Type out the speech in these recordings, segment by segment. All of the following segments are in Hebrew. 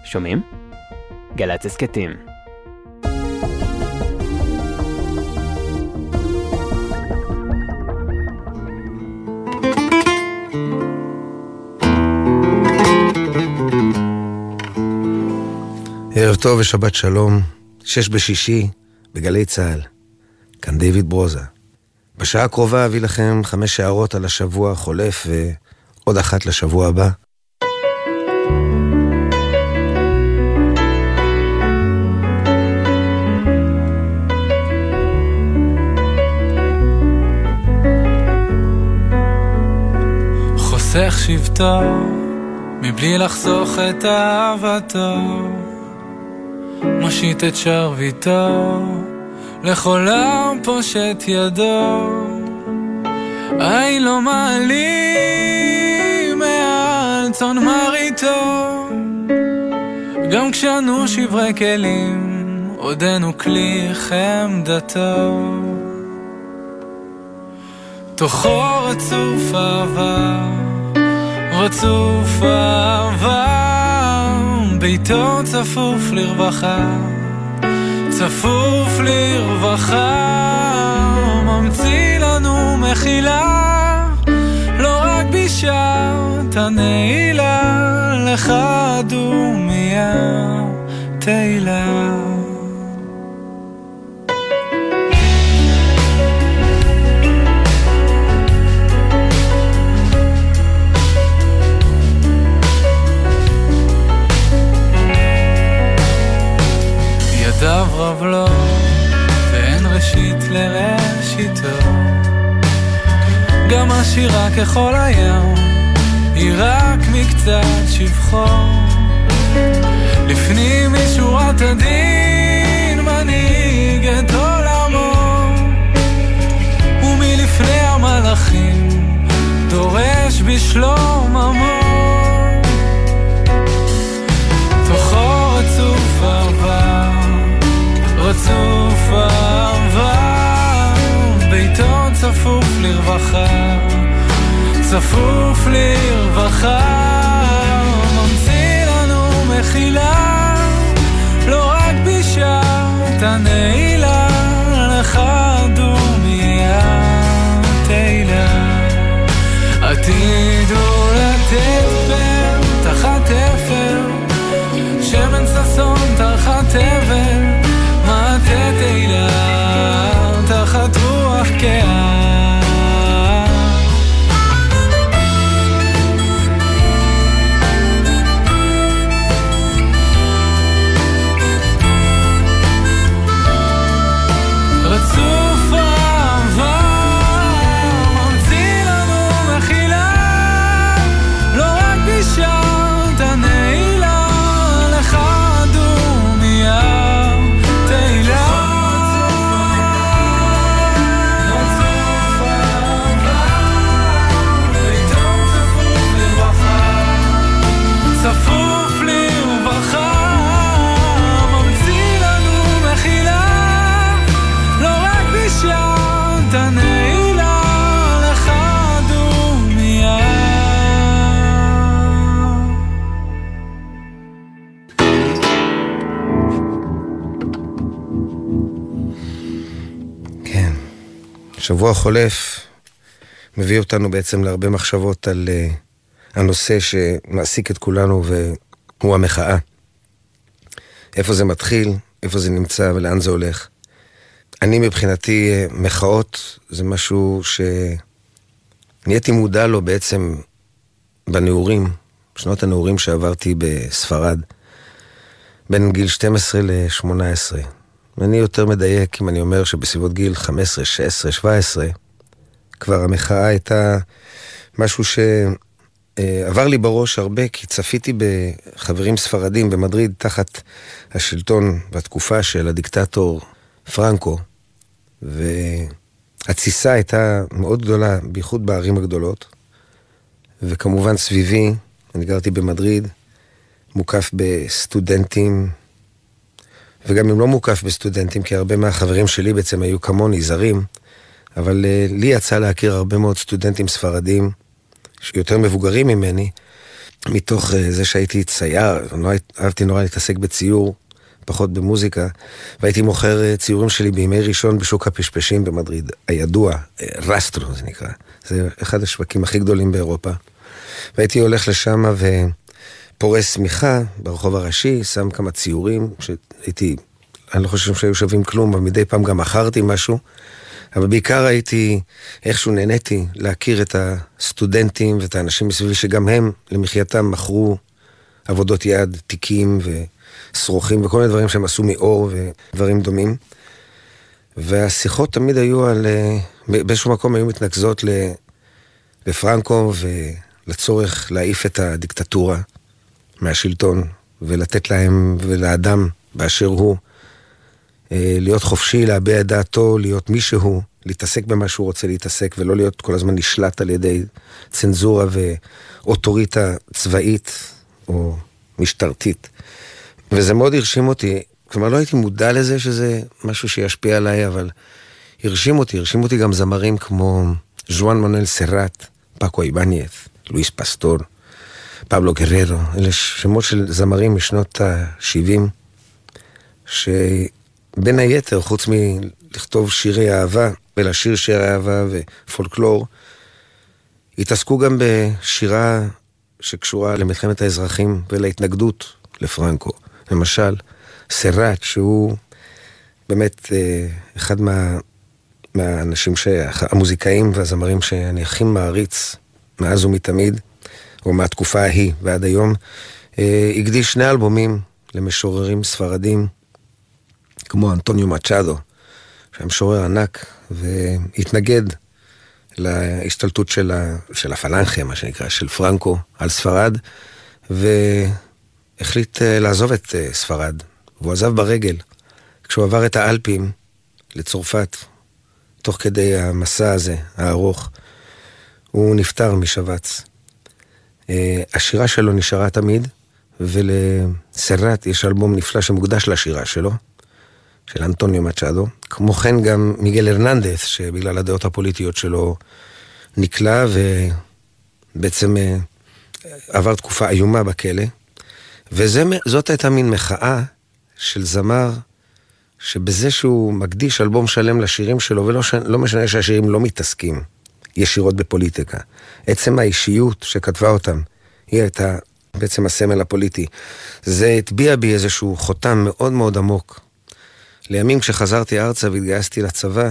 שומעים? גל"צ הסכתים. ערב טוב ושבת שלום, 6 בגלי צהל. כאן דיוויד ברוזה. בשעה הקרובה אביא לכם 5 הערות על השבוע החולף ועוד אחת לשבוע הבא. חוסך שבטו מבלי לחסוך את אהבתו, מושיט את שרביטו לכל העם פושט ידו. אין לו מעלים מעל צאן מרעיתו, גם כשאנו שברי כלים עודנו כלי חמדתו. תוכו רצוף אהבה, רצוף אהבה, ביתו צפוף לרווחה, צפוף לרווחה, ממציא לנו מחילה, לא רק בשעת הנעילה, לך דומיה תהילה. ידיו רב לו ואין ראשית לראשיתו, גם השירה ככל הים היא רק מקצת שבחו. לפנים משורת הדין מנהיג את עולמו, ומלפני המלאכים דורש בשלום עמו. תוכו רצוף אהבה, רצוף אהבה, ביתו צפוף לרווחה, צפוף לרווחה, ממציא לנו מחילה, לא רק בשעת הנעילה, לך דומיה תהילה. עתידו לתת בר תחת אפר, שמן ששון תחת אבל, מטה תהילה תחת רוח קאה. רצוף אהבה, ממציא לנו מחילה, לא רק בשעת הנעילה, לך דומיה צפוף לרווחה, ממציא לנו מחילה, לא רק בשעת הנעילה, לך דומיה. כן, שבוע חולף מביא אותנו בעצם להרבה מחשבות על הנושא שמעסיק את כולנו, והוא המחאה. איפה זה מתחיל, איפה זה נמצא ולאן זה הולך. אני מבחינתי, מחאות זה משהו שנהייתי מודע לו בעצם בנעורים, בשנות הנעורים שעברתי בספרד, בין גיל 12 ל-18. ואני יותר מדייק אם אני אומר שבסביבות גיל 15, 16, 17, כבר המחאה הייתה משהו עבר לי בראש הרבה, כי צפיתי בחברים ספרדים במדריד תחת השלטון והתקופה של הדיקטטור פרנקו, והתסיסה הייתה מאוד גדולה, בייחוד בערים הגדולות, וכמובן סביבי, אני גרתי במדריד, מוקף בסטודנטים, וגם אם לא מוקף בסטודנטים, כי הרבה מהחברים שלי בעצם היו כמוני, זרים, אבל לי יצא להכיר הרבה מאוד סטודנטים ספרדים, שיותר מבוגרים ממני, מתוך זה שהייתי צייר, אהבתי נורא להתעסק בציור, פחות במוזיקה, והייתי מוכר ציורים שלי בימי ראשון בשוק הפשפשים במדריד, הידוע, רסטרו זה נקרא, זה אחד השווקים הכי גדולים באירופה, והייתי הולך לשם ופורס סמיכה ברחוב הראשי, שם כמה ציורים, שהייתי, אני לא חושב שהיו שווים כלום, אבל מדי פעם גם מכרתי משהו, אבל בעיקר הייתי, איכשהו נהניתי להכיר את הסטודנטים ואת האנשים מסביבי שגם הם למחייתם מכרו עבודות יד, תיקים וסרוכים וכל מיני דברים שהם עשו מאור ודברים דומים. והשיחות תמיד היו על, באיזשהו מקום היו מתנקזות לפרנקו ולצורך להעיף את הדיקטטורה מהשלטון ולתת להם ולאדם באשר הוא להיות חופשי, להביע את דעתו, להיות מישהו, להתעסק במה שהוא רוצה להתעסק, ולא להיות כל הזמן נשלט על ידי צנזורה ואוטוריטה צבאית או משטרתית. וזה מאוד הרשים אותי, כלומר לא הייתי מודע לזה שזה משהו שישפיע עליי, אבל הרשים אותי גם זמרים כמו ז'ואן מנואל סרט, פאקו איבאניאז, לואיס פסטור, פבלו גררו, אלה שמות של זמרים משנות ה-70, בין היתר, חוץ מלכתוב שירי אהבה, ולשיר שירי אהבה ופולקלור, התעסקו גם בשירה שקשורה למלחמת האזרחים ולהתנגדות לפרנקו. למשל, סרט, שהוא באמת אחד מהאנשים, המוזיקאים והזמרים שאני הכי מעריץ מאז ומתמיד, או מהתקופה ההיא ועד היום, הקדיש 2 אלבומים למשוררים ספרדים, כמו אנטוניו מצ'אדו, שהיה משורר ענק, והתנגד להשתלטות של הפלנגה, מה שנקרא, של פרנקו על ספרד, והחליט לעזוב את ספרד, והוא עזב ברגל, כשהוא עבר את האלפים לצרפת, תוך כדי המסע הזה, הארוך, הוא נפטר משבץ. השירה שלו נשארה תמיד, ולסרט יש אלבום נפלא שמוקדש לשירה שלו, של אנטוניו מצ'אדו, כמו כן גם מיגל הרננדס, שבגלל הדעות הפוליטיות שלו נקלע, ובעצם עבר תקופה איומה בכלא, וזאת הייתה מין מחאה של זמר, שבזה שהוא מקדיש אלבום שלם לשירים שלו, ולא משנה שהשירים לא מתעסקים ישירות בפוליטיקה. עצם האישיות שכתבה אותם, היא הייתה בעצם הסמל הפוליטי. זה הטביע בי איזשהו חותם מאוד מאוד עמוק. לימים כשחזרתי ארצה והתגייסתי לצבא,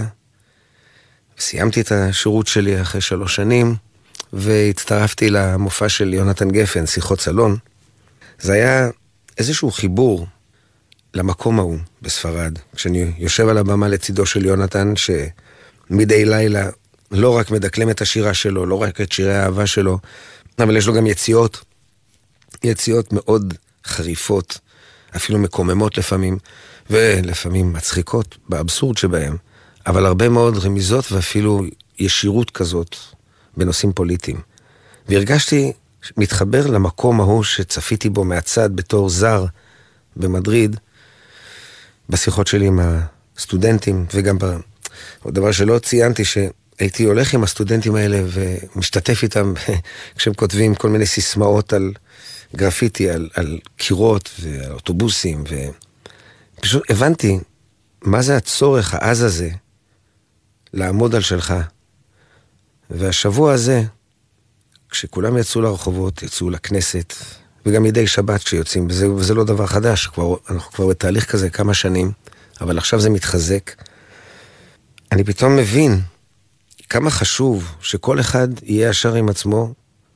סיימתי את השירות שלי אחרי 3 שנים, והצטרפתי למופע של יונתן גפן, שיחות סלון. זה היה איזשהו חיבור למקום ההוא בספרד, כשאני יושב על הבמה לצידו של יונתן, שמדי לילה לא רק מדקלם את השירה שלו, לא רק את שירי האהבה שלו, אבל יש לו גם יציאות מאוד חריפות, אפילו מקוממות לפעמים, ולפעמים מצחיקות באבסורד שבהם, אבל הרבה מאוד רמיזות ואפילו ישירות כזאת בנושאים פוליטיים. והרגשתי מתחבר למקום ההוא שצפיתי בו מהצד בתור זר במדריד, בשיחות שלי עם הסטודנטים, וגם עוד דבר שלא ציינתי, שהייתי הולך עם הסטודנטים האלה ומשתתף איתם כשהם כותבים כל מיני סיסמאות על גרפיטי, על קירות ועל אוטובוסים, ופשוט הבנתי מה זה הצורך העז הזה לעמוד על שלך. והשבוע הזה, כשכולם יצאו לרחובות, יצאו לכנסת, וגם מדי שבת כשיוצאים, וזה לא דבר חדש, אנחנו כבר בתהליך כזה כמה שנים, אבל עכשיו זה מתחזק. אני פתאום מבין כמה חשוב שכל אחד יהיה ישר עם עצמו,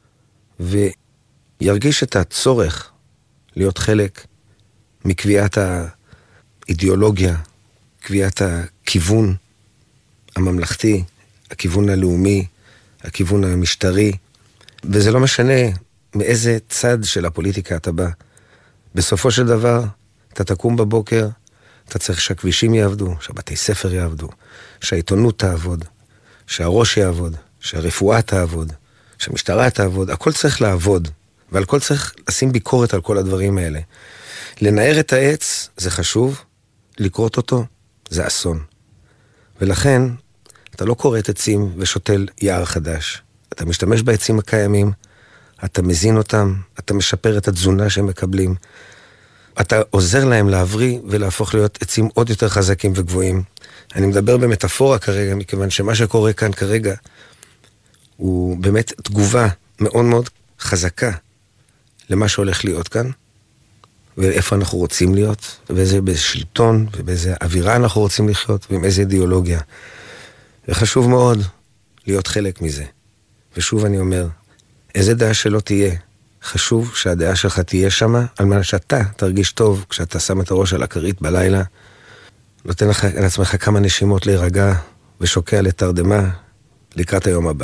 וירגיש את הצורך להיות חלק מקביעת האידיאולוגיה, קביעת הכיוון הממלכתי, הכיוון הלאומי, הכיוון המשטרי, וזה לא משנה מאיזה צד של הפוליטיקה אתה בא. בסופו של דבר, אתה תקום בבוקר, אתה צריך שהכבישים יעבדו, שהבתי ספר יעבדו, שהעיתונות תעבוד, שהראש יעבוד, שהרפואה תעבוד, שהמשטרה תעבוד, הכל צריך לעבוד, ועל כל צריך לשים ביקורת על כל הדברים האלה. לנער את העץ זה חשוב, לקרות אותו זה אסון. ולכן, אתה לא קוראת עצים ושותל יער חדש. אתה משתמש בעצים הקיימים, אתה מזין אותם, אתה משפר את התזונה שהם מקבלים, אתה עוזר להם להבריא ולהפוך להיות עצים עוד יותר חזקים וגבוהים. אני מדבר במטאפורה כרגע, מכיוון שמה שקורה כאן כרגע, הוא באמת תגובה מאוד מאוד חזקה למה שהולך להיות כאן, ואיפה אנחנו רוצים להיות, ובאיזה שלטון, ובאיזה אווירה אנחנו רוצים לחיות, ועם איזה אידיאולוגיה. וחשוב מאוד להיות חלק מזה. ושוב אני אומר, איזה דעה שלא תהיה, חשוב שהדעה שלך תהיה שמה, על מנת שאתה תרגיש טוב כשאתה שם את הראש על הכרית בלילה, נותן לך לעצמך כמה נשימות להירגע, ושוקע לתרדמה לקראת היום הבא.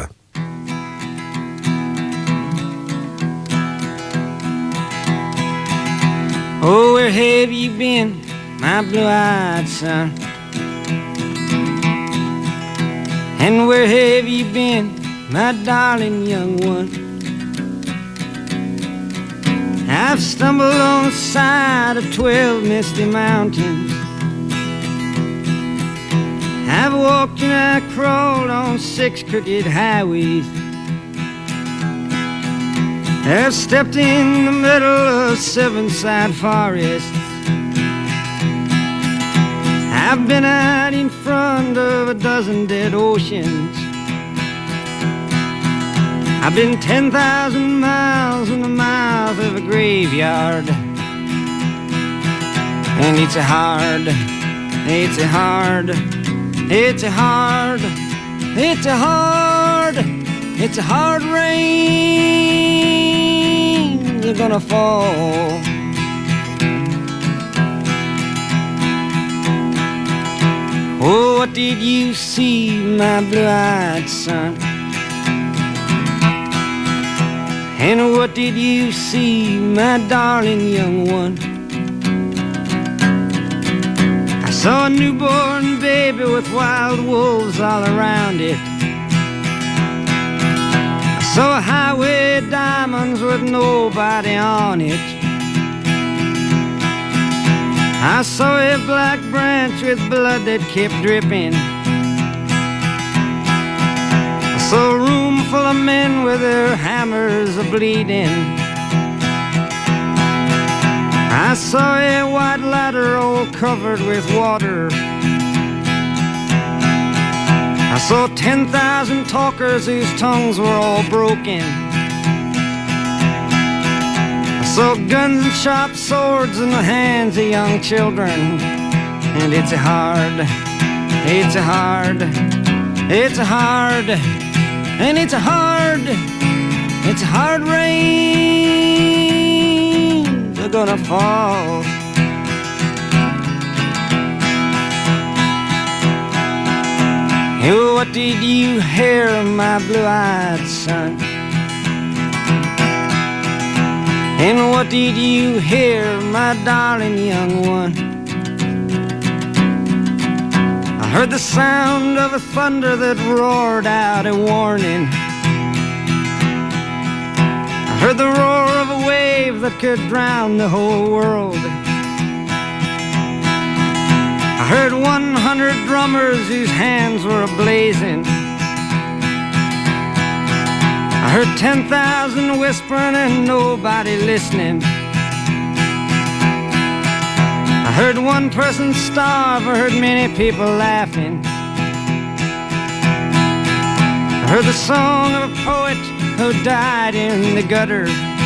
Oh, where have you been, my blue-eyed son? And where have you been, my darling young one? I've stumbled on the side of 12 misty mountains. I've walked and I crawled on 6 crooked highways. I've stepped in the middle of 7 sad forests. I've been out in front of a dozen dead oceans. I've been 10,000 miles in the mouth of a graveyard. And it's a hard, it's a hard, it's a hard, it's a hard, it's a hard rain you're gonna fall. Oh, what did you see, my blue-eyed son? And what did you see, my darling young one? I saw a newborn baby with wild wolves all around it. I saw a highway of diamonds with nobody on it. I saw a black branch with blood that kept dripping. I saw a room full of men with their hammers a-bleeding. I saw a white ladder all covered with water. I saw 10,000 talkers whose tongues were all broken. I saw guns and sharp swords in the hands of young children. And it's a hard, it's a hard, it's a hard, and it's a hard, it's a hard rain they're gonna fall. Oh, what did you hear, my blue-eyed son? And what did you hear, my darling young one? I heard the sound of a thunder that roared out a warning. I heard the roar of a wave that could drown the whole world. I heard 100 drummers whose hands were ablazing. I heard 10,000 whispering and nobody listening. I heard one person starve, I heard many people laughing. I heard the song of a poet who died in the gutter.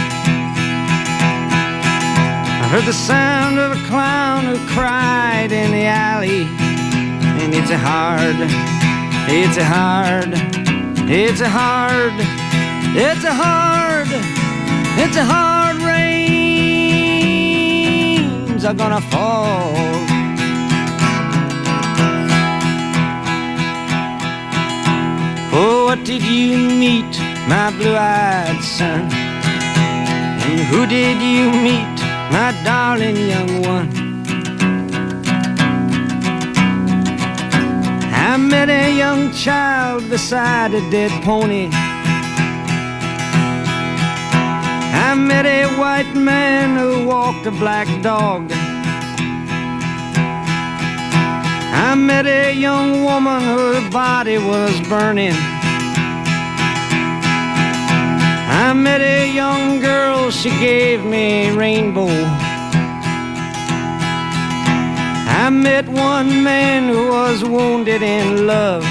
I heard the sound of a clown who cried in the alley. And it's a hard, it's a hard, it's a hard, it's a hard, it's a hard rains are gonna fall. Oh, what did you meet, my blue-eyed son? And who did you meet, my darling young one? I met a young child beside a dead pony. I met a white man who walked a black dog. I met a young woman whose body was burning. I met a young girl, she gave me a rainbow. I met one man who was wounded in love.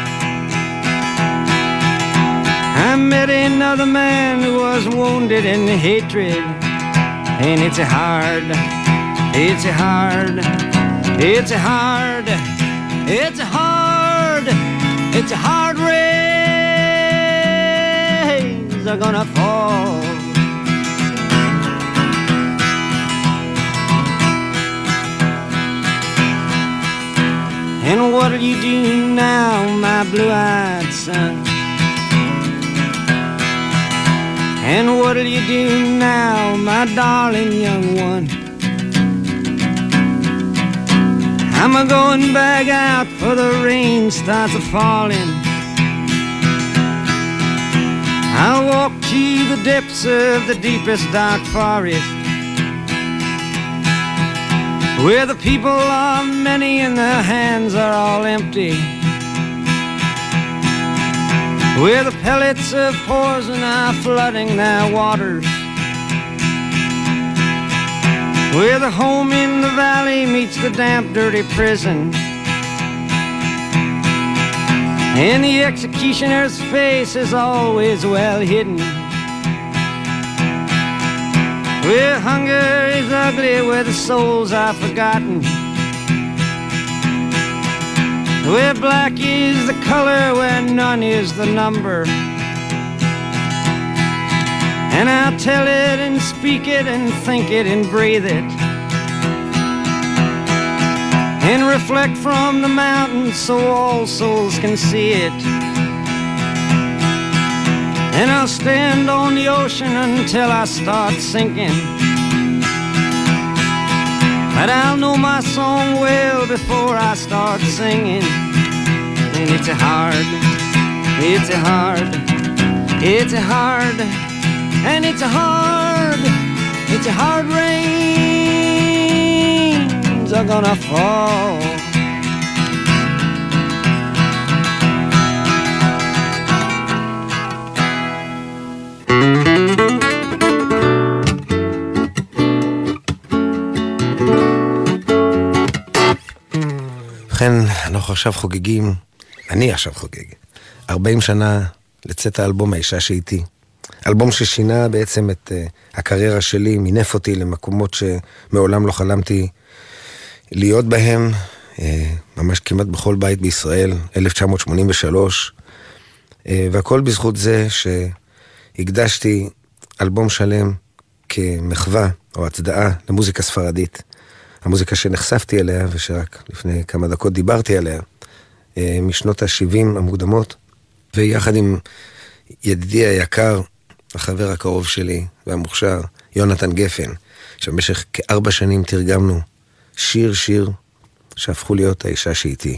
I met another man who was wounded in hatred. And it's a hard, it's a hard, it's a hard, it's a hard, it's a hard rays are gonna fall. And what'll you do now, my blue-eyed son? And what'll you do now, my darling young one? I'm a-going back out for the rain starts a-falling. I'll walk to the depths of the deepest dark forest, where the people are many and their hands are all empty, where the pellets of poison are flooding their waters, where the home in the valley meets the damp, dirty prison, and the executioner's face is always well hidden, where hunger is ugly, where the souls are forgotten, where black is the color, where none is the number. And I'll tell it and speak it and think it and breathe it, and reflect from the mountains so all souls can see it. And I'll stand on the ocean until I start sinking, but I'll know my song well before I start singing. And it's a hard, it's a hard, it's a hard, and it's a hard, it's a hard rains are gonna fall. לכן אנחנו עכשיו חוגגים, אני עכשיו חוגג, 40 שנה לצאת האלבום האישה שאיתי. אלבום ששינה בעצם את הקריירה שלי, מינף אותי למקומות שמעולם לא חלמתי להיות בהם, ממש כמעט בכל בית בישראל, 1983, והכל בזכות זה שהקדשתי אלבום שלם כמחווה או הצדעה למוזיקה ספרדית. המוזיקה שנחשפתי אליה ושרק לפני כמה דקות דיברתי עליה, משנות ה-70 המוקדמות, ויחד עם ידידי היקר, החבר הקרוב שלי והמוכשר, יונתן גפן, שבמשך כ4 שנים תרגמנו שיר שהפכו להיות האישה שאיתי.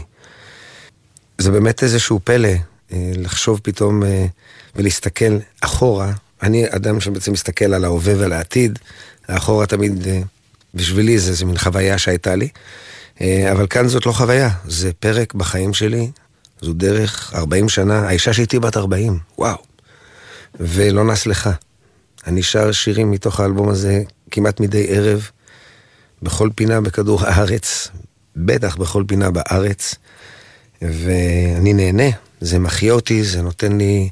זה באמת איזשהו פלא לחשוב פתאום ולהסתכל אחורה. אני אדם שבעצם מסתכל על ההווה ועל העתיד, האחורה תמיד בשבילי זה מין חוויה שהייתה לי, אבל כאן זאת לא חוויה, זה פרק בחיים שלי, זו דרך 40 שנה, האישה שאיתי בת 40, וואו, ולא נסלחה. אני שר שירים מתוך האלבום הזה כמעט מדי ערב, בכל פינה בכדור הארץ, בטח בכל פינה בארץ, ואני נהנה, זה מחיה אותי, זה נותן לי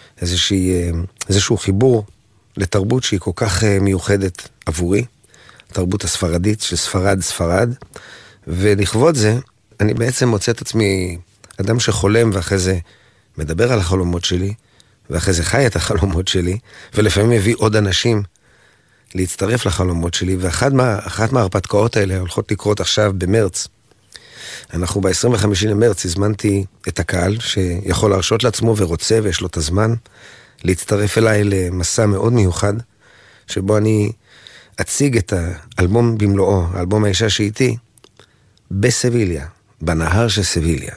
איזשהו חיבור לתרבות שהיא כל כך מיוחדת עבורי, התרבות הספרדית של ספרד, ולכבוד זה, אני בעצם מוצא את עצמי אדם שחולם ואחרי זה מדבר על החלומות שלי, ואחרי זה חי את החלומות שלי, ולפעמים מביא עוד אנשים להצטרף לחלומות שלי, ואחת מההרפתקאות האלה הולכות לקרות עכשיו במרץ. אנחנו ב-25 למרץ הזמנתי את הקהל שיכול להרשות לעצמו ורוצה ויש לו את הזמן להצטרף אליי למסע מאוד מיוחד, שבו אני אציג את האלבום במלואו, האלבום האישה שאיתי, בסביליה, בנהר של סביליה.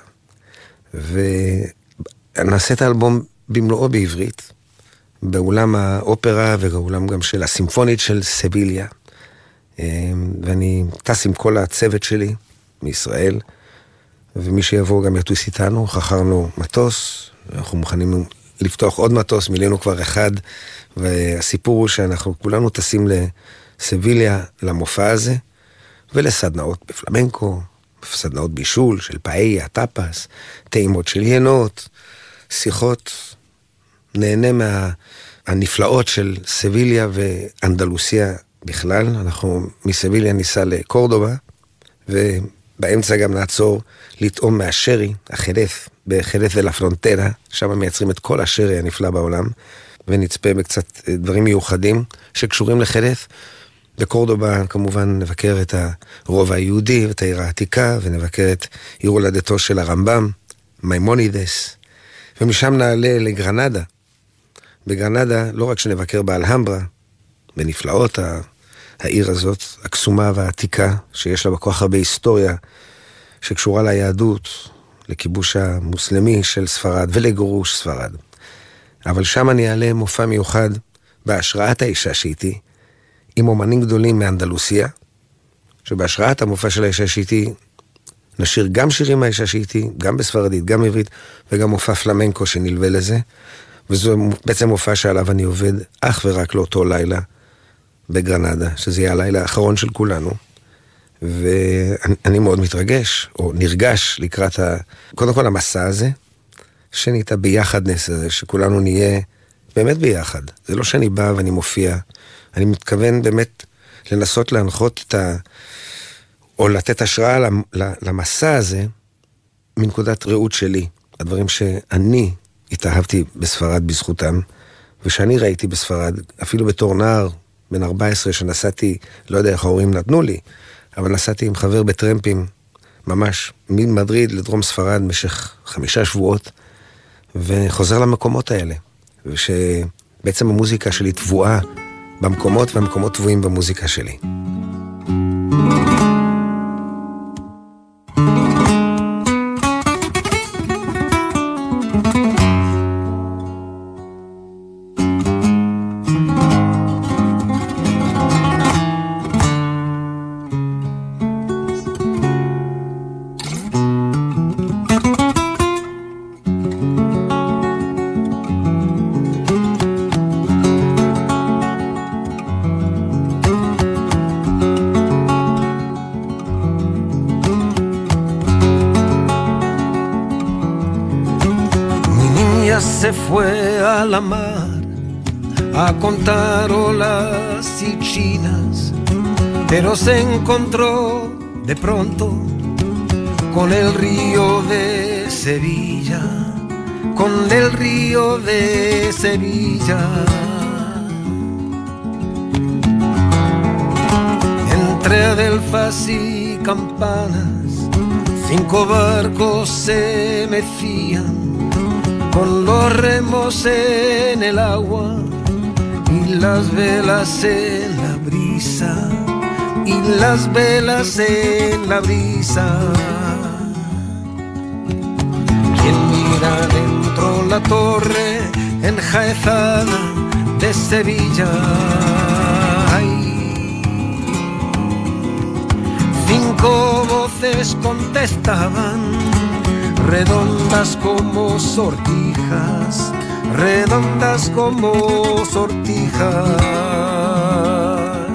ונעשה את האלבום במלואו בעברית, באולם האופרה ובאולם גם של הסימפונית של סביליה. ואני טס עם כל הצוות שלי מישראל, ומי שיבוא גם יטוס איתנו, חכרנו מטוס, אנחנו מוכנים לפתוח עוד מטוס, מילאנו כבר אחד, והסיפור הוא שאנחנו כולנו טסים לסביליה למופע הזה, ולסדנאות בפלמנקו, סדנאות בישול של פאיה, טאפס, טעימות של ינות, שיחות, נהנה מהנפלאות של סביליה ואנדלוסיה בכלל. אנחנו מסביליה ניסע לקורדובה, ובאמצע גם נעצור לטעום מהשרי, החרף, בחרף ולה פרונטרה, שם מייצרים את כל השרי הנפלא בעולם, ונצפה בקצת דברים מיוחדים שקשורים לחרף. בקורדובה כמובן נבקר את הרובע היהודי ואת העיר העתיקה, ונבקר את עיר הולדתו של הרמב"ם, מימונידס, ומשם נעלה לגרנדה. בגרנדה לא רק שנבקר באלהמברה, בנפלאות העיר הזאת, הקסומה והעתיקה, שיש לה בכוח הרבה היסטוריה, שקשורה ליהדות, לכיבוש המוסלמי של ספרד ולגירוש ספרד. אבל שם אני אעלה מופע מיוחד בהשראת האישה שאיתי, עם אומנים גדולים מאנדלוסיה, שבהשראת המופע של האישה שאיתי נשיר גם שירים מהאישה שאיתי, גם בספרדית, גם עברית, וגם מופע פלמנקו שנלווה לזה, וזו בעצם מופע שעליו אני עובד אך ורק לאותו לילה בגרנדה, שזה יהיה הלילה האחרון של כולנו, ואני מאוד מתרגש, או נרגש לקראת קודם כל המסע הזה, שנהייתה ביחדנס הזה, שכולנו נהיה באמת ביחד. זה לא שאני בא ואני מופיע, אני מתכוון באמת לנסות להנחות או לתת השראה למסע הזה, מנקודת ראות שלי. הדברים שאני התאהבתי בספרד בזכותם, ושאני ראיתי בספרד, אפילו בתור נער, בן 14, שנסעתי, לא יודע איך ההורים נתנו לי, אבל נסעתי עם חבר בטרמפים, ממש ממדריד לדרום ספרד, במשך 5 שבועות, וחוזר למקומות האלה. ושבעצם המוזיקה שלי טבועה במקומות, והמקומות טבועים במוזיקה שלי. Se fue a la mar a contar olas y chinas, pero se encontró de pronto con el río de Sevilla, con el río de Sevilla. Entre adelfas y campanas, 5 barcos se mecían con los remos en el agua y las velas en la brisa, y las velas en la brisa. Quien mira dentro la torre enjaezada de Sevilla, ay, 5 voces contestaban, redondas como sortijas, redondas como sortijas.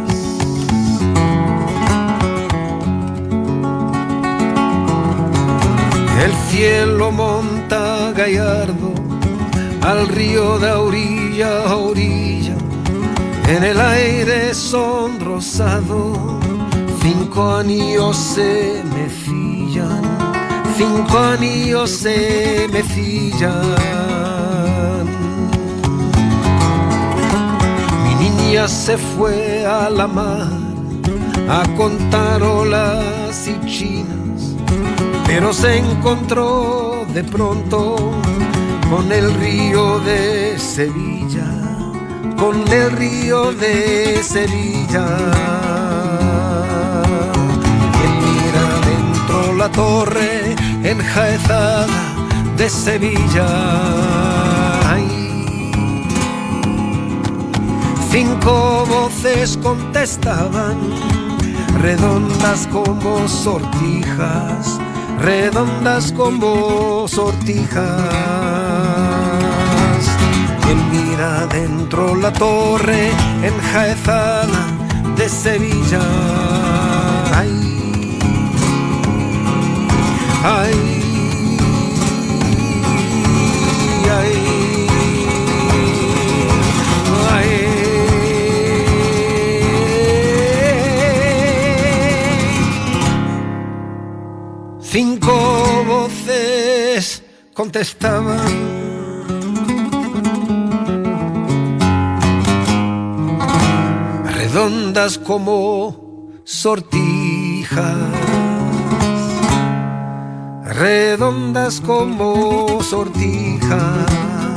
El cielo monta gallardo al río de orilla a orilla, en el aire sonrosado 5 anillos se mecillan, 5 anillos se mecillan. Mi niña se fue a la mar a contar olas y chinas, pero se encontró de pronto con el río de Sevilla, con el río de Sevilla. Quien mira dentro la torre enjaezada de Sevilla, ay, 5 voces contestaban, redondas como sortijas, redondas como sortijas. Él mira dentro la torre enjaezada de Sevilla. Ay, ay, ay, ay. 5 voces contestaban. Redondas como sortijas, redondas como sortijas.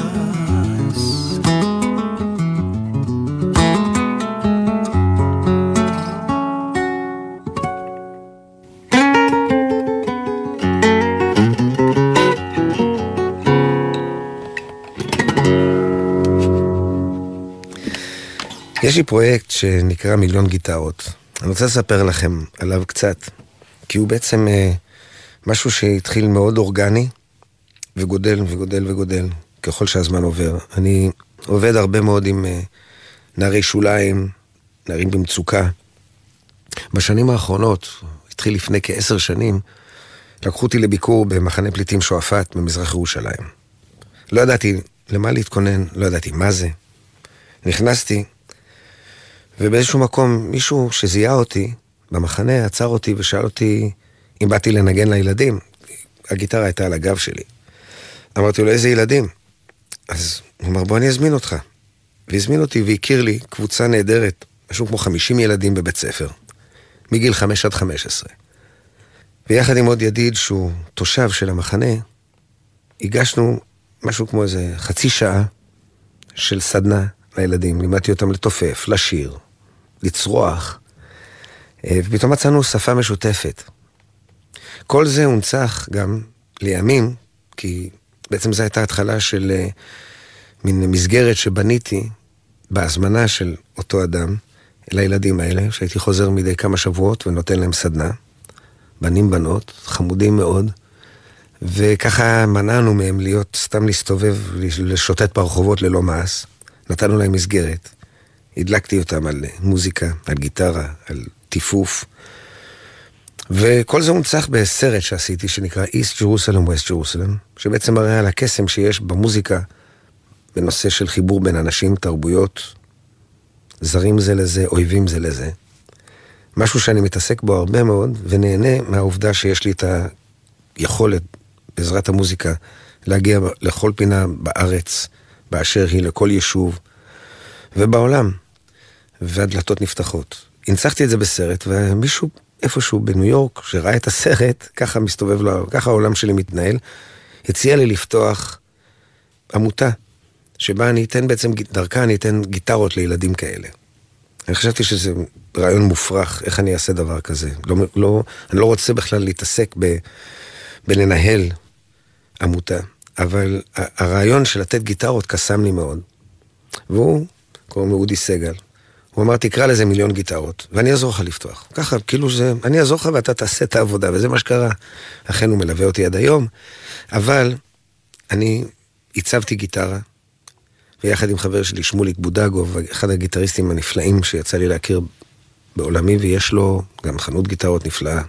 יש לי פרויקט שנקרא מיליון גיטרות. אני רוצה לספר לכם עליו קצת, כי הוא בעצם משהו שהתחיל מאוד אורגני, וגודל וגודל וגודל, ככל שהזמן עובר. אני עובד הרבה מאוד עם נערי שוליים, נערים במצוקה. בשנים האחרונות, התחיל לפני כ10 שנים, לקחו אותי לביקור במחנה פליטים שועפאט במזרח ירושלים. לא ידעתי למה להתכונן, לא ידעתי מה זה. נכנסתי, ובאיזשהו מקום מישהו שזיהה אותי במחנה עצר אותי ושאל אותי אם באתי לנגן לילדים. הגיטרה הייתה על הגב שלי. אמרתי לו, איזה ילדים? אז הוא אמר, בוא אני אזמין אותך. והזמין אותי והכיר לי קבוצה נהדרת, משהו כמו 50 ילדים בבית ספר, מגיל 5 עד 15. ויחד עם עוד ידיד שהוא תושב של המחנה, הגשנו משהו כמו איזה חצי שעה של סדנה לילדים. לימדתי אותם לתופף, לשיר, לצרוח, ופתאום מצאנו שפה משותפת. כל זה הונצח גם לימים, כי בעצם זו הייתה התחלה של מין מסגרת שבניתי בהזמנה של אותו אדם לילדים האלה, שהייתי חוזר מדי כמה שבועות ונותן להם סדנה, בנים בנות, חמודים מאוד, וככה מנענו מהם להיות סתם להסתובב, לשוטט ברחובות ללא מעש. נתנו להם מסגרת, הדלקתי אותם על מוזיקה, על גיטרה, על טיפוף, וכל זה הונצח בסרט שעשיתי שנקרא East Jerusalem, West Jerusalem, שבעצם מראה על הקסם שיש במוזיקה בנושא של חיבור בין אנשים, תרבויות, זרים זה לזה, אויבים זה לזה. משהו שאני מתעסק בו הרבה מאוד, ונהנה מהעובדה שיש לי את היכולת, בעזרת המוזיקה, להגיע לכל פינה בארץ, באשר היא, לכל יישוב, ובעולם, והדלתות נפתחות. הנצחתי את זה בסרט, ומישהו איפשהו בניו יורק, שראה את הסרט, ככה מסתובב לו, ככה העולם שלי מתנהל, הציע לי לפתוח עמותה, שבה אני אתן בעצם, דרכה אני אתן גיטרות לילדים כאלה. אני חשבתי שזה רעיון מופרך, איך אני אעשה דבר כזה. אני לא רוצה בכלל להתעסק בלנהל עמותה, אבל הרעיון של לתת גיטרות קסם לי מאוד. והוא, קוראים לו אודי סגל, הוא אמר, תקרא לזה מיליון גיטרות, ואני אעזור לך לפתוח. ככה, כאילו זה, אני אעזור לך ואתה תעשה את העבודה, וזה מה שקרה. אכן הוא מלווה אותי עד היום, אבל אני הצבתי גיטרה, ויחד עם חבר שלי, שמוליק בודגוב, אחד הגיטריסטים הנפלאים שיצא לי להכיר בעולמי, ויש לו גם חנות גיטרות נפלאה.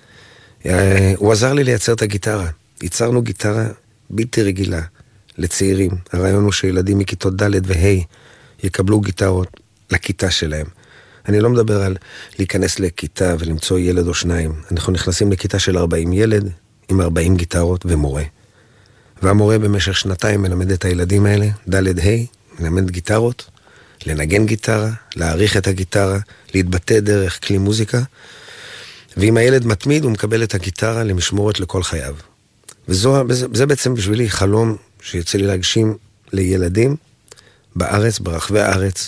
הוא עזר לי לייצר את הגיטרה. ייצרנו גיטרה בלתי רגילה לצעירים. הרעיון הוא שילדים מכיתות ד' וה' יקבלו גיטרות לכיתה שלהם. אני לא מדבר על להיכנס לכיתה ולמצוא ילד או שניים. אנחנו נכנסים לכיתה של 40 ילד, עם 40 גיטרות ומורה. והמורה במשך 2 מלמד את הילדים האלה, ד' ה', מלמד גיטרות, לנגן גיטרה, להעריך את הגיטרה, להתבטא דרך כלי מוזיקה, ואם הילד מתמיד הוא מקבל את הגיטרה למשמורת לכל חייו. וזה בעצם בשבילי חלום שיוצא לי להגשים לילדים בארץ, ברחבי הארץ,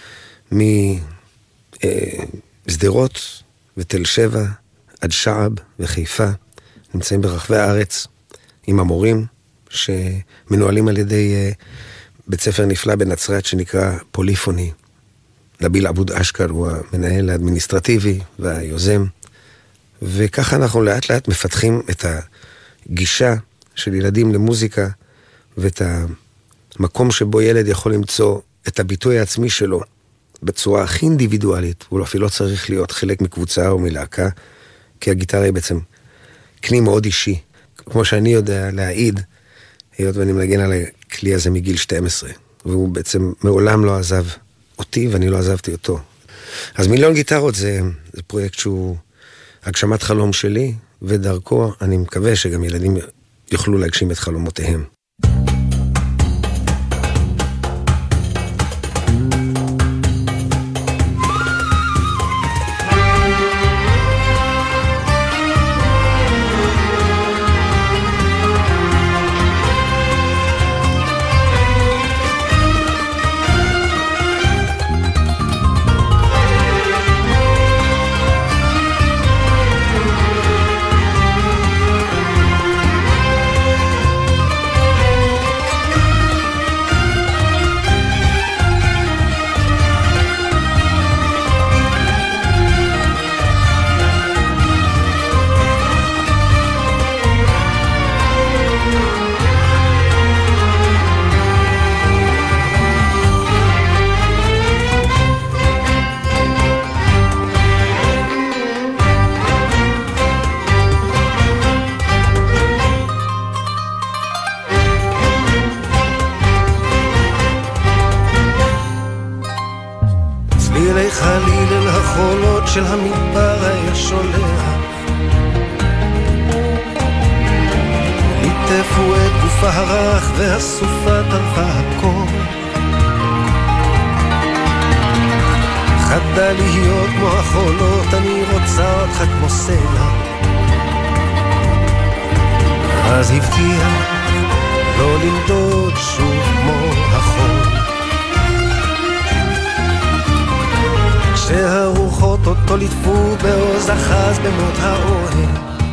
משדרות ותל שבע עד שעב וחיפה, נמצאים ברחבי הארץ עם המורים שמנוהלים על ידי בית ספר נפלא בנצרת שנקרא פוליפוני. נביל עבוד אשכר הוא המנהל האדמיניסטרטיבי והיוזם, וככה אנחנו לאט לאט מפתחים את הגישה של ילדים למוזיקה ואת מקום שבו ילד יכול למצוא את הביטוי העצמי שלו בצורה הכי אינדיבידואלית, הוא אפילו לא צריך להיות חלק מקבוצה או מלהקה, כי הגיטרה היא בעצם כלי מאוד אישי. כמו שאני יודע להעיד, היות ואני מנגן על הכלי הזה מגיל 12, והוא בעצם מעולם לא עזב אותי ואני לא עזבתי אותו. אז מיליון גיטרות זה פרויקט שהוא הגשמת חלום שלי, ודרכו אני מקווה שגם ילדים יוכלו להגשים את חלומותיהם. חליל אל החולות של המדבר היה שולח, ליטפו את גופה הרך והסופה טרפה הכל, חדה להיות כמו החולות, אני רוצה אותך כמו סלע. אז הבטיח לא לנדוד שוב כמו החול, כשהרוחות אותו ליטפו בעוז אחז במות האוהל,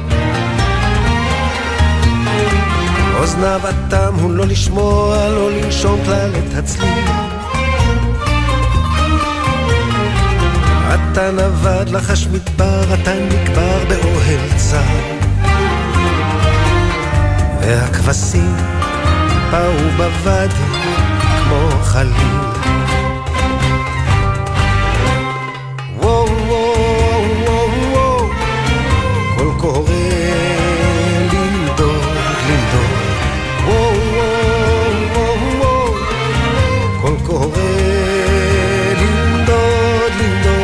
אוזניו אטם הוא לא לשמוע, לא לנשום כלל את הצליל. אתה נבד לחש מדבר, אתה נקבר באוהל צר, והכבשים באו בוואדי כמו חליל. וואו וואו וואו וואו, כל קורא לנדוד לנדוד. וואו וואו וואו וואו, כל קורא לנדוד לנדוד.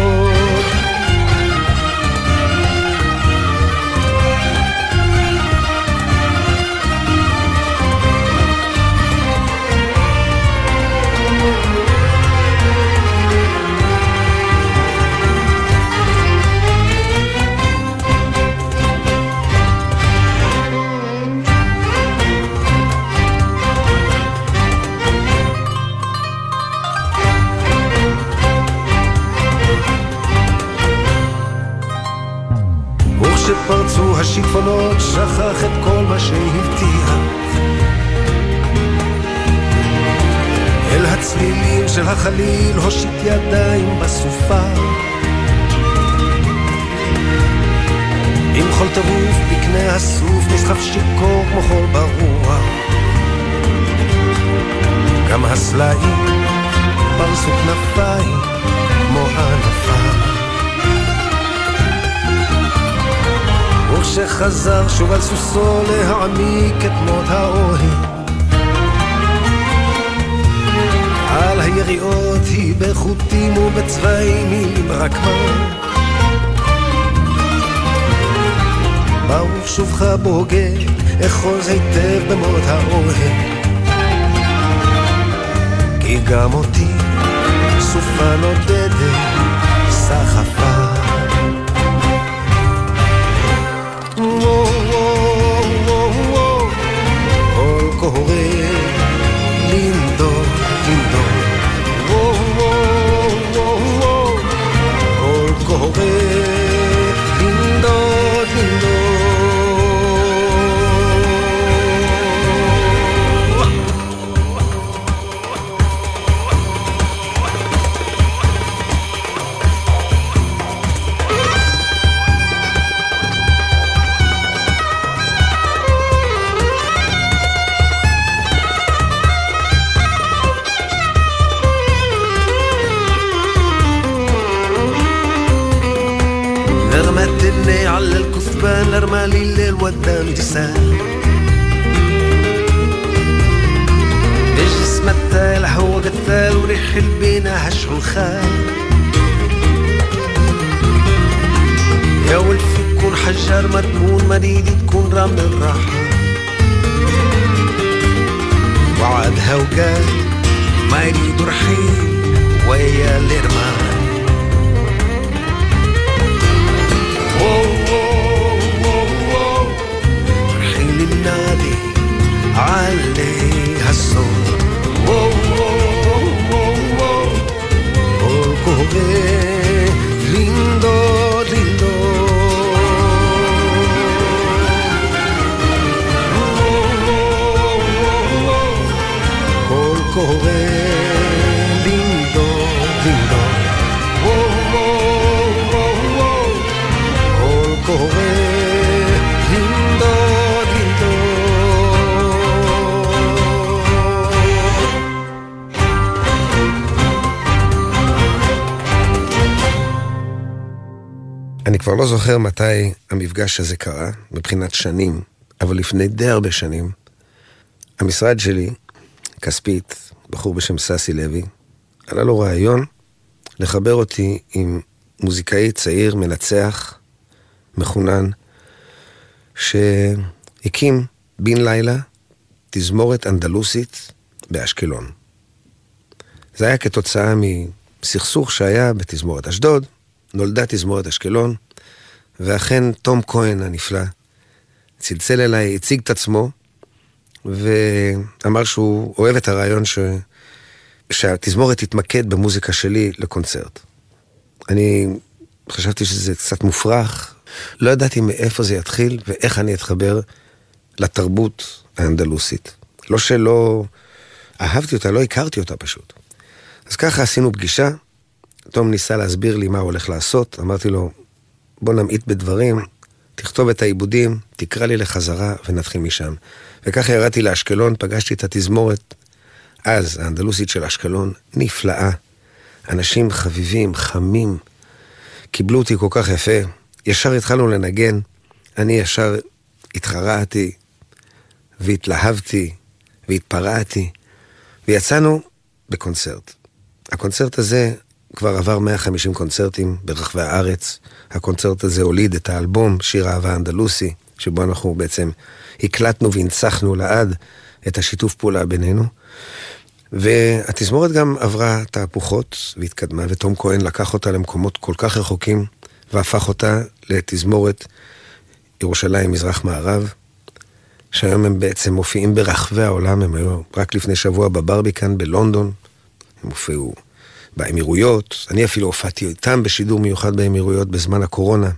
שפרצו השיטפונות שכח את כל מה שהבטיח, אל הצלילים של החליל הושיט ידיים בסופה, עם חול טרוף בקנה הסוף נסחף שיקור כמו חול ברוח, גם הסלעים פרסו כנפיים כמו הנפה. וכשחזר שוב על סוסו להעמיק את מות האוהל, על היריעות היא בחוטים ובצבעים היא ברקמה. ברוך שובך בוגד, אחוז היטב במות האוהל, כי גם אותי סופה נודדת סחפה. קורא לנדוד לנדוד. וואו וואו וואו וואו, כל קורא לנדוד לנדוד. ماتني على الكثبان ارمالي الليل ودان تسال الجسم التال هو قتال وريح البينا هشع الخال يا ولفي تكون حجار ما تكون مريدي تكون رمل الراحة وعدها وقال ما يريد رحيل ويا الارمان رحيل النادي عليها الصوت lindo lindo Colcove lindo lindo Colcove lindo lindo אני כבר לא זוכר מתי המפגש הזה קרה, מבחינת שנים, אבל לפני די הרבה שנים, המשרד שלי, כספית, בחור בשם ססי לוי, עלה לו רעיון לחבר אותי עם מוזיקאי צעיר, מנצח, מחונן, שהקים בן לילה תזמורת אנדלוסית באשקלון. זה היה כתוצאה מסכסוך שהיה בתזמורת אשדוד, נולדה תזמורת אשקלון, ואכן תום כהן הנפלא צלצל אליי, הציג את עצמו, ואמר שהוא אוהב את הרעיון שהתזמורת תתמקד במוזיקה שלי לקונצרט. אני חשבתי שזה קצת מופרך, לא ידעתי מאיפה זה יתחיל, ואיך אני אתחבר לתרבות האנדלוסית. לא שלא אהבתי אותה, לא הכרתי אותה פשוט. אז ככה עשינו פגישה, תום ניסה להסביר לי מה הוא הולך לעשות, אמרתי לו, בוא נמעיט בדברים, תכתוב את העיבודים, תקרא לי לחזרה ונתחיל משם. וככה ירדתי לאשקלון, פגשתי את התזמורת, אז האנדלוסית של אשקלון, נפלאה, אנשים חביבים, חמים, קיבלו אותי כל כך יפה, ישר התחלנו לנגן, אני ישר התחרעתי, והתלהבתי, והתפרעתי, ויצאנו בקונצרט. הקונצרט הזה כבר עבר 150 קונצרטים ברחבי הארץ. הקונצרט הזה הוליד את האלבום שיר אהבה אנדלוסי, שבו אנחנו בעצם הקלטנו והנצחנו לעד את השיתוף פעולה בינינו. והתזמורת גם עברה תהפוכות והתקדמה, ותום כהן לקח אותה למקומות כל כך רחוקים, והפך אותה לתזמורת ירושלים מזרח מערב, שהיום הם בעצם מופיעים ברחבי העולם. הם היו רק לפני שבוע בברביקן בלונדון, הם הופיעו באמירויות, אני אפילו הופעתי איתם בשידור מיוחד באמירויות בזמן הקורונה,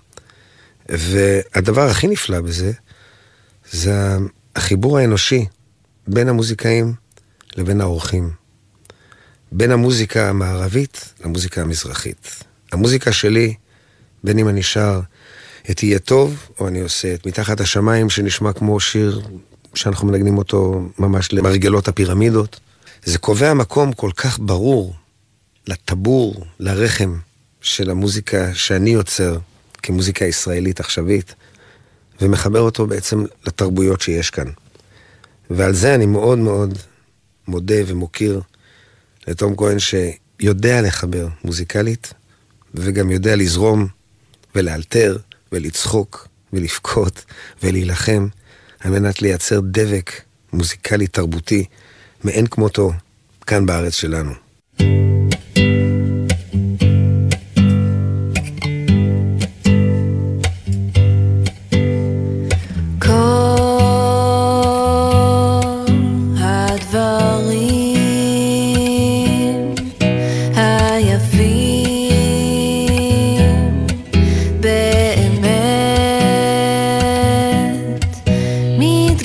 והדבר הכי נפלא בזה, זה החיבור האנושי בין המוזיקאים לבין האורחים, בין המוזיקה המערבית למוזיקה המזרחית. המוזיקה שלי, בין אם אני שר את יהיה טוב, או אני עושה את מתחת השמיים, שנשמע כמו שיר שאנחנו מנגנים אותו ממש למרגלות הפירמידות, זה קובע מקום כל כך ברור לטבור, לרחם של המוזיקה שאני יוצר כמוזיקה ישראלית עכשווית, ומחבר אותו בעצם לתרבויות שיש כאן. ועל זה אני מאוד מאוד מודה ומוקיר לתום כהן, שיודע לחבר מוזיקלית, וגם יודע לזרום ולאלתר ולצחוק ולפקות ולהילחם, על מנת לייצר דבק מוזיקלי תרבותי מאין כמותו כאן בארץ שלנו.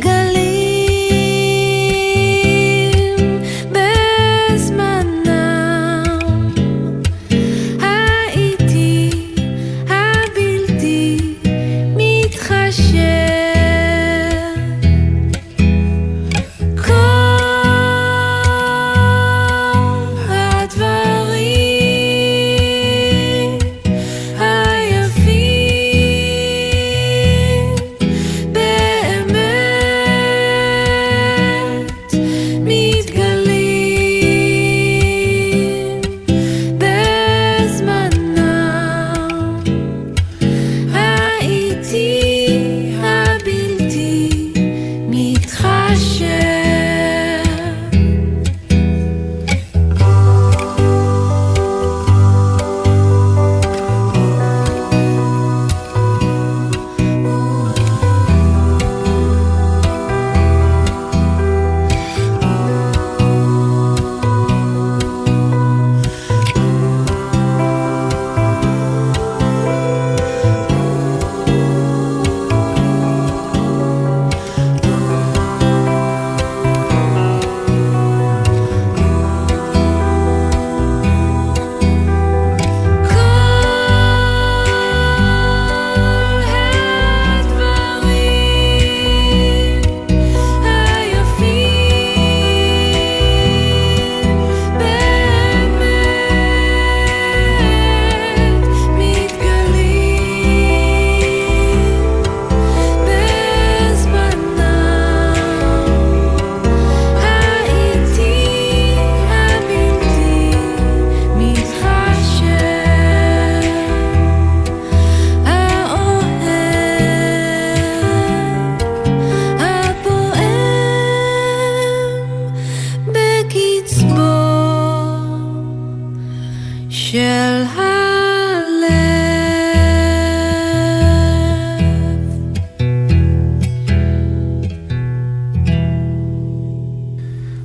מתגלים בזמנם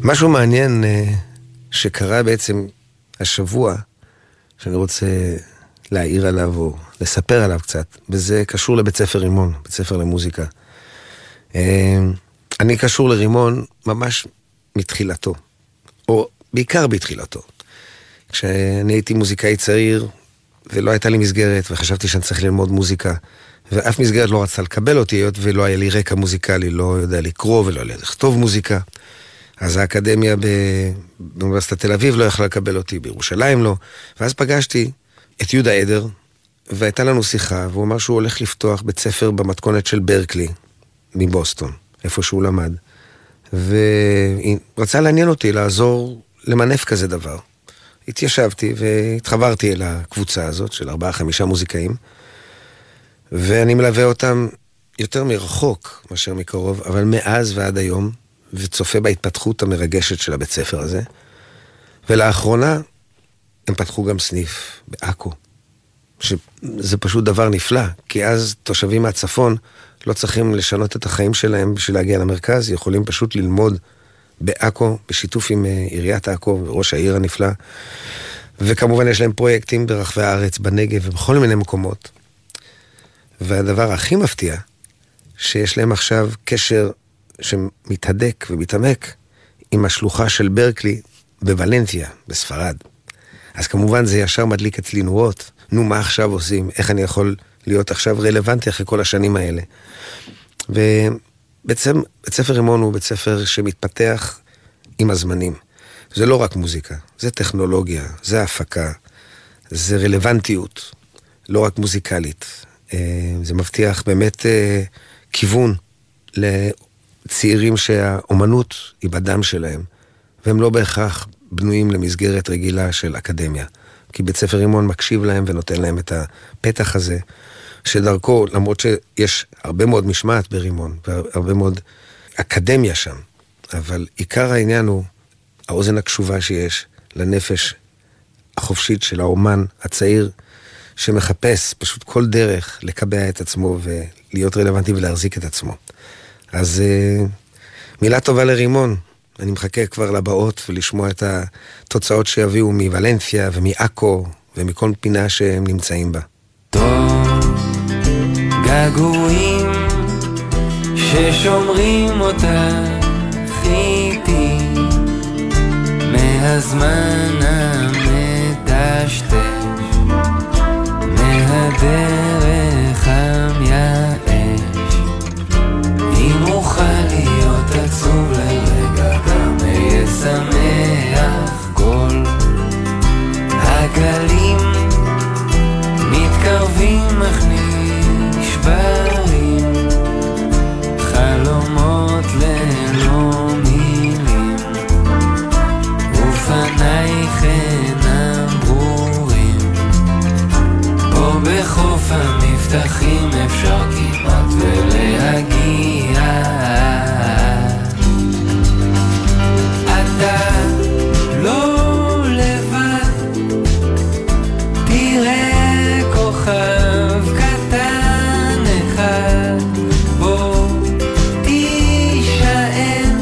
משהו מעניין שקרה בעצם השבוע, שאני רוצה להעיר עליו או לספר עליו קצת, וזה קשור לבית ספר רימון, בית ספר למוזיקה. אני קשור לרימון ממש מתחילתו, או בעיקר בתחילתו. כשאני הייתי מוזיקאי צעיר, ולא הייתה לי מסגרת, וחשבתי שאני צריך ללמוד מוזיקה, ואף מסגרת לא רצתה לקבל אותי, היות ולא היה לי רקע מוזיקלי, לא יודע לקרוא ולא יודע לכתוב מוזיקה. אז האקדמיה באוניברסיטת תל אביב לא יכלה לקבל אותי, בירושלים לא. ואז פגשתי את יהודה עדר, והייתה לנו שיחה, והוא אמר שהוא הולך לפתוח בית ספר במתכונת של ברקלי, מבוסטון, איפה שהוא למד. ורצה לעניין אותי, לעזור למנף כזה דבר. התיישבתי והתחברתי אל הקבוצה הזאת של 4-5 מוזיקאים, ואני מלווה אותם יותר מרחוק מאשר מקרוב, אבל מאז ועד היום, וצופה בהתפתחות המרגשת של הבית ספר הזה. ולאחרונה הם פתחו גם סניף בעכו, שזה פשוט דבר נפלא, כי אז תושבים מהצפון לא צריכים לשנות את החיים שלהם בשביל להגיע למרכז, יכולים פשוט ללמוד בעכו, בשיתוף עם עיריית עכו וראש העיר הנפלא, וכמובן יש להם פרויקטים ברחבי הארץ, בנגב ובכל מיני מקומות. והדבר הכי מפתיע, שיש להם עכשיו קשר שמתהדק ומתעמק עם השלוחה של ברקלי בוולנסיה, בספרד. אז כמובן זה ישר מדליק אצלי נורות, נו מה עכשיו עושים, איך אני יכול להיות עכשיו רלוונטי אחרי כל השנים האלה. ובעצם בית ספר רימון הוא בית ספר שמתפתח עם הזמנים. זה לא רק מוזיקה, זה טכנולוגיה, זה הפקה, זה רלוונטיות, לא רק מוזיקלית. זה מבטיח באמת כיוון לצעירים שהאומנות היא בדם שלהם, והם לא בהכרח בנויים למסגרת רגילה של אקדמיה. כי בית ספר רימון מקשיב להם ונותן להם את הפתח הזה, שדרכו, למרות שיש הרבה מאוד משמעת ברימון, והרבה מאוד אקדמיה שם, אבל עיקר העניין הוא האוזן הקשובה שיש לנפש החופשית של האומן הצעיר, שמחפש פשוט כל דרך לקבע את עצמו ולהיות רלוונטי ולהחזיק את עצמו. אז מילה טובה לרימון. אני מחכה כבר לבאות ולשמוע את התוצאות שיביאו מוולנסיה ומעכו ומכל פינה שהם נמצאים בה. טוב, געגועים ששומרים אותך איתי מהזמן המטשטש, מהדרך המייאש. אם אוכל להיות עצוב לרגע, גם אהיה שמח. כל הגלים מתקרבים אך נשברים, חלומות ללא מילים, ופנייך אינם ברורים. פה בחוף המבטחים אפשר כמעט ולהגיע. אתה לא לבד, תראה כוכב קטן אחד, בוא תישאר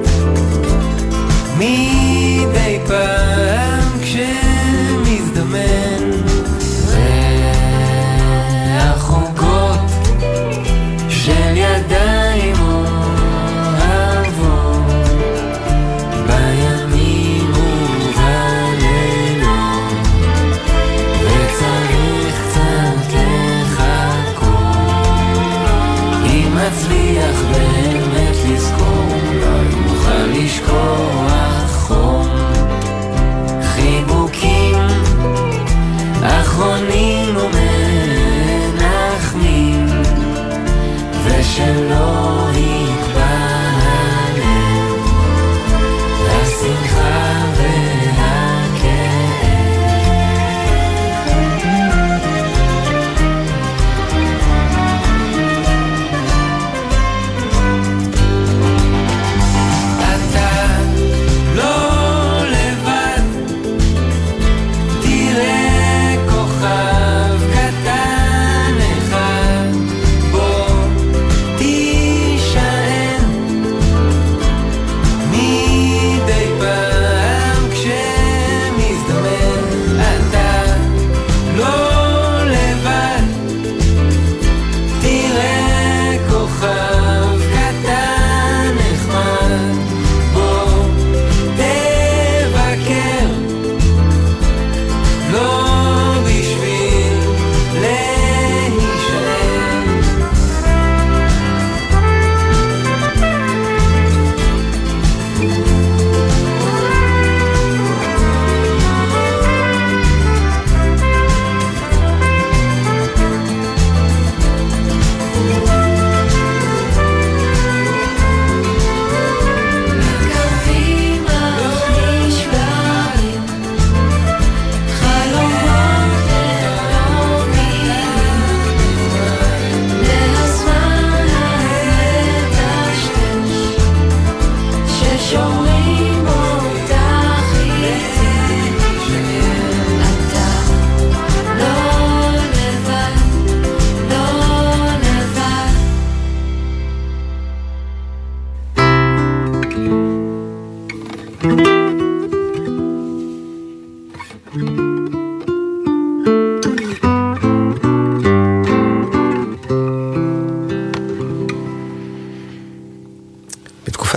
מדי פעם כשמזדמן. והחוגות של ידיים אוהבות בימים ובלילות, וצריך קצת לחכות. אם מצליח באמת לזכור, לא יוכל לשכוח חום. חיבוקים אחרונים ומנחמים, ושלא יקבע הלב השמחה והכאב. אתה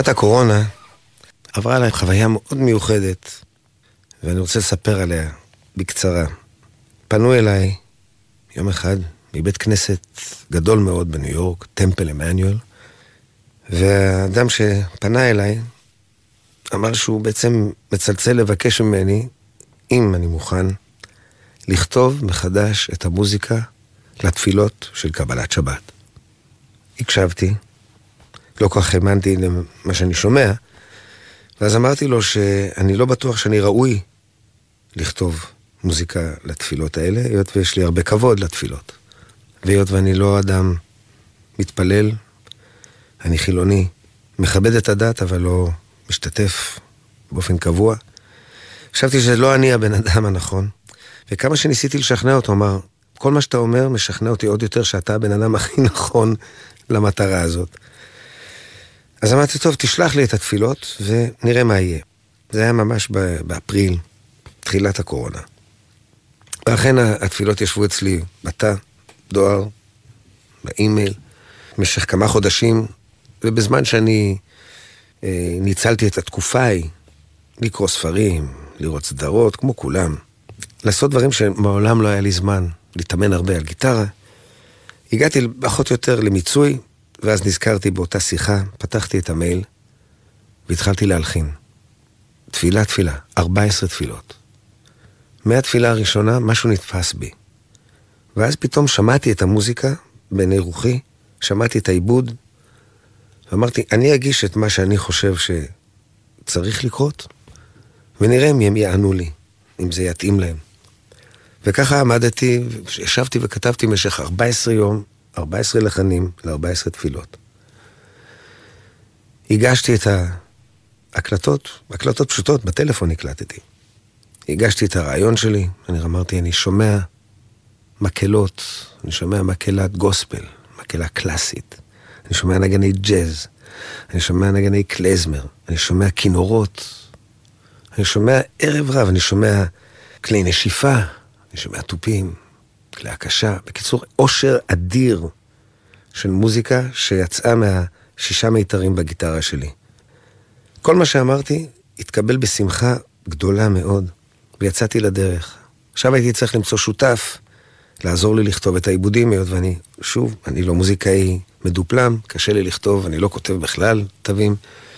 תקופת הקורונה עברה עליי חוויה מאוד מיוחדת, ואני רוצה לספר עליה בקצרה. פנו אליי יום אחד מבית כנסת גדול מאוד בניו יורק, טמפל אמנואל, והאדם שפנה אליי אמר שהוא בעצם מצלצל לבקש ממני, אם אני מוכן, לכתוב מחדש את המוזיקה לתפילות של קבלת שבת. הקשבתי, לא כל כך האמנתי למה שאני שומע, ואז אמרתי לו שאני לא בטוח שאני ראוי לכתוב מוזיקה לתפילות האלה, היות ויש לי הרבה כבוד לתפילות. והיות ואני לא אדם מתפלל, אני חילוני, מכבד את הדת, אבל לא משתתף באופן קבוע. חשבתי שזה לא אני הבן אדם הנכון, וכמה שניסיתי לשכנע אותו, אמר, כל מה שאתה אומר משכנע אותי עוד יותר שאתה הבן אדם הכי נכון למטרה הזאת. אז אמרתי, טוב, תשלח לי את התפילות ונראה מה יהיה. זה היה ממש באפריל, תחילת הקורונה. ואכן התפילות ישבו אצלי בתא, דואר, באימייל, במשך כמה חודשים, ובזמן שאני ניצלתי את התקופה ההיא, לקרוא ספרים, לראות סדרות, כמו כולם, לעשות דברים שמעולם לא היה לי זמן, להתאמן הרבה על גיטרה, הגעתי פחות או יותר למיצוי, ואז נזכרתי באותה שיחה, פתחתי את המייל, והתחלתי להלחין. תפילה, 14 תפילות. מהתפילה הראשונה, משהו נתפס בי. ואז פתאום שמעתי את המוזיקה בעיני רוחי, שמעתי את העיבוד, ואמרתי, אני אגיש את מה שאני חושב שצריך לקרות, ונראה אם הם יענו לי, אם זה יתאים להם. וככה עמדתי, ישבתי וכתבתי במשך 14 יום, 14 לחנים ל-14 תפילות. הגשתי את ההקלטות, הקלטות פשוטות, בטלפון הקלטתי. הגשתי את הרעיון שלי, אני אמרתי, אני שומע מקהלות, אני שומע מקהלת גוספל, מקהלה קלאסית, אני שומע נגני ג'אז, אני שומע נגני קלזמר, אני שומע כינורות, אני שומע ערב רב, אני שומע כלי נשיפה, אני שומע טופים, כלי הקשה, בקיצור, עושר אדיר של מוזיקה שיצאה מהשישה מיתרים בגיטרה שלי. כל מה שאמרתי התקבל בשמחה גדולה מאוד, ויצאתי לדרך. עכשיו הייתי צריך למצוא שותף, לעזור לי לכתוב את העיבודים, ואני, שוב, אני לא מוזיקאי מדופלם, קשה לי לכתוב, אני לא כותב בכלל תווים.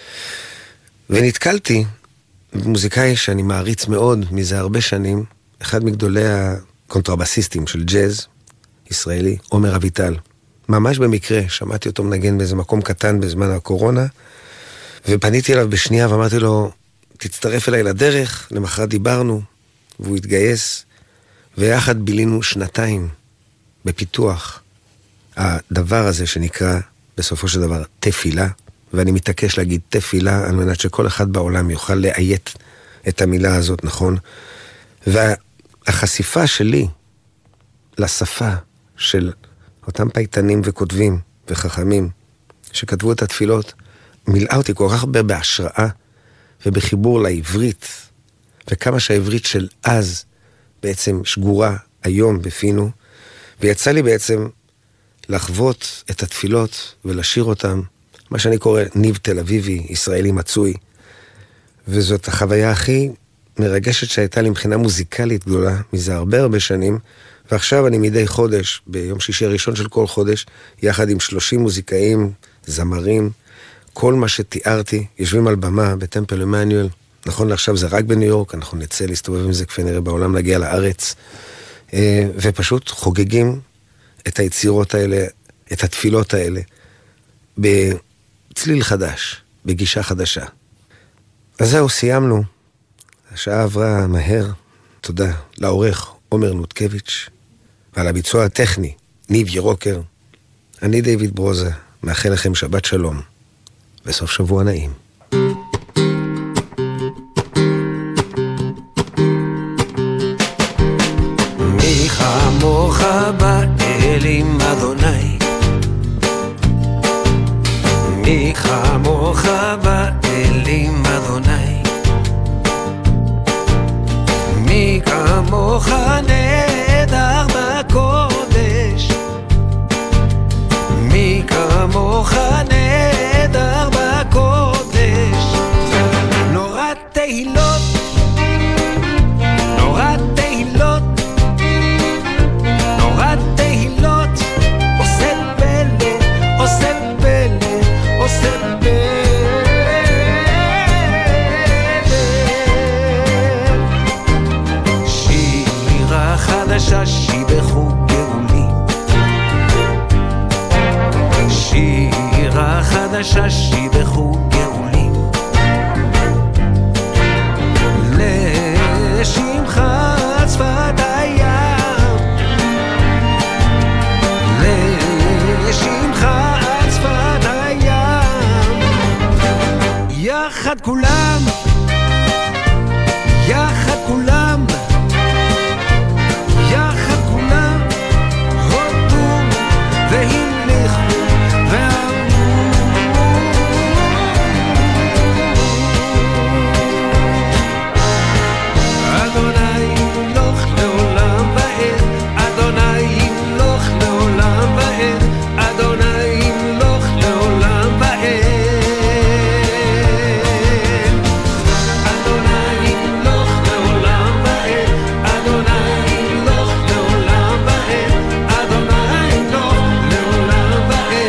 ונתקלתי במוזיקאי שאני מעריץ מאוד מזה הרבה שנים, אחד מגדולי הקונטרבסיסטים של ג'אז ישראלי, עומר אביטל. ממש במקרה, שמעתי אותו מנגן באיזה מקום קטן בזמן הקורונה, ופניתי אליו בשנייה ואמרתי לו, תצטרף אליי לדרך, למחרת דיברנו, והוא התגייס, ויחד בילינו 2 בפיתוח הדבר הזה שנקרא בסופו של דבר תפילה, ואני מתעקש להגיד תפילה, על מנת שכל אחד בעולם יוכל לאיית את המילה הזאת, נכון? והחשיפה שלי לשפה של אותם פייטנים וכותבים וחכמים שכתבו את התפילות, מילאה אותי כל כך הרבה בהשראה ובחיבור לעברית, וכמה שהעברית של אז בעצם שגורה היום בפינו, ויצא לי בעצם לחוות את התפילות ולשיר אותם, מה שאני קורא ניב תל אביבי, ישראלי מצוי, וזאת החוויה הכי מרגשת שהייתה לי מבחינה מוזיקלית גדולה, מזה הרבה שנים, ועכשיו אני מדי חודש, ביום שישי הראשון של כל חודש, יחד עם 30 מוזיקאים, זמרים, כל מה שתיארתי, יושבים על במה בטמפל אמנואל, נכון לעכשיו זה רק בניו יורק, אנחנו נצא להסתובב עם זה כפי נראה בעולם, להגיע לארץ, ופשוט חוגגים את היצירות האלה, את התפילות האלה, בצליל חדש, בגישה חדשה. אז זהו, סיימנו. השעה עברה מהר. תודה לעורך עומר נותקביץ' ועל הביצוע הטכני, ניב ירוקר. אני דיוויד ברוזה, מאחל לכם שבת שלום וסוף שבוע נעים. מי כמוך באלים אדוני, מי כמוך באלים אדוני, מי כמוך נהדר בקודש, מי כמוך נהדר בקודש, הששי בחוג גאולים. לשמך שפת הים, לשמך שפת הים, יחד כולם, יחד כולם, יחד כולם, הודו והמליכו ואמרו אדוני ימלוך לעולם ועד, אדוני ימלוך לעולם ועד, אדוני ימלוך לעולם ועד, אדוני ימלוך לעולם ועד, אדוני ימלוך לעולם ועד, אדוני ימלוך לעולם ועד.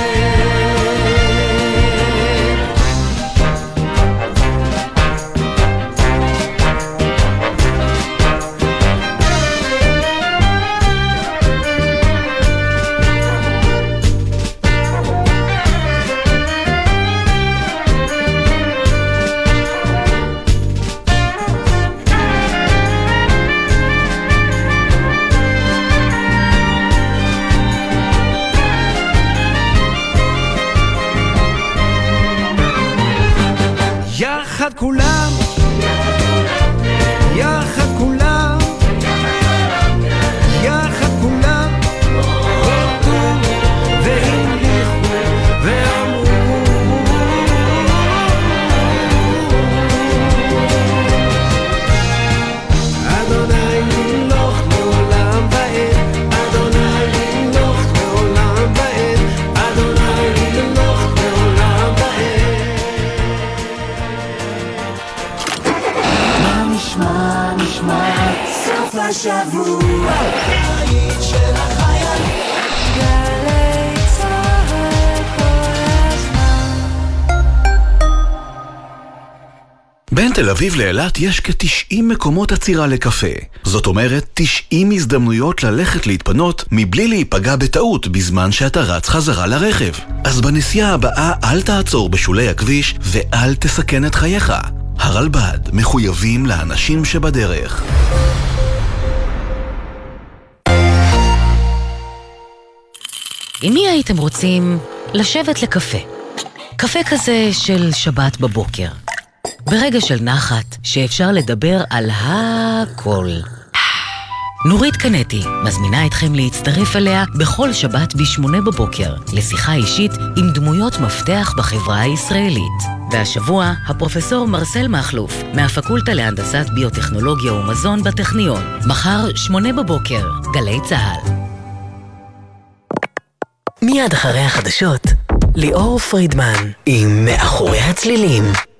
יחד כולם, יחד כולם, יחד כולם, הודו והמליכו ואמרו אדוני ימלוך לעולם ועד, אדוני ימלוך לעולם ועד, אדוני ימלוך לעולם ועד. נשמע, נשמע, סוף השבוע, בית של החיילים, גלי צהל כל הזמן. בין תל אביב לאילת יש כ-90 מקומות עצירה לקפה. זאת אומרת, 90 הזדמנויות ללכת להתפנות מבלי להיפגע בטעות בזמן שאתה רץ חזרה לרכב. אז בנסיעה הבאה אל תעצור בשולי הכביש ואל תסכן את חייך. הרלב"ד מחויבים לאנשים שבדרך. עם מי הייתם רוצים לשבת לקפה? קפה כזה של שבת בבוקר. ברגע של נחת שאפשר לדבר על הכל. נורית קנטי מזמינה אתכם להצטרף אליה בכל שבת ב8 בבוקר לשיחה אישית עם דמויות מפתח בחברה הישראלית. והשבוע הפרופסור מרסל מחלוף מהפקולטה להנדסת ביוטכנולוגיה ומזון בטכניון. מחר 8 בבוקר, גלי צהל. מיד אחרי החדשות, ליאור פרידמן עם מאחורי הצלילים.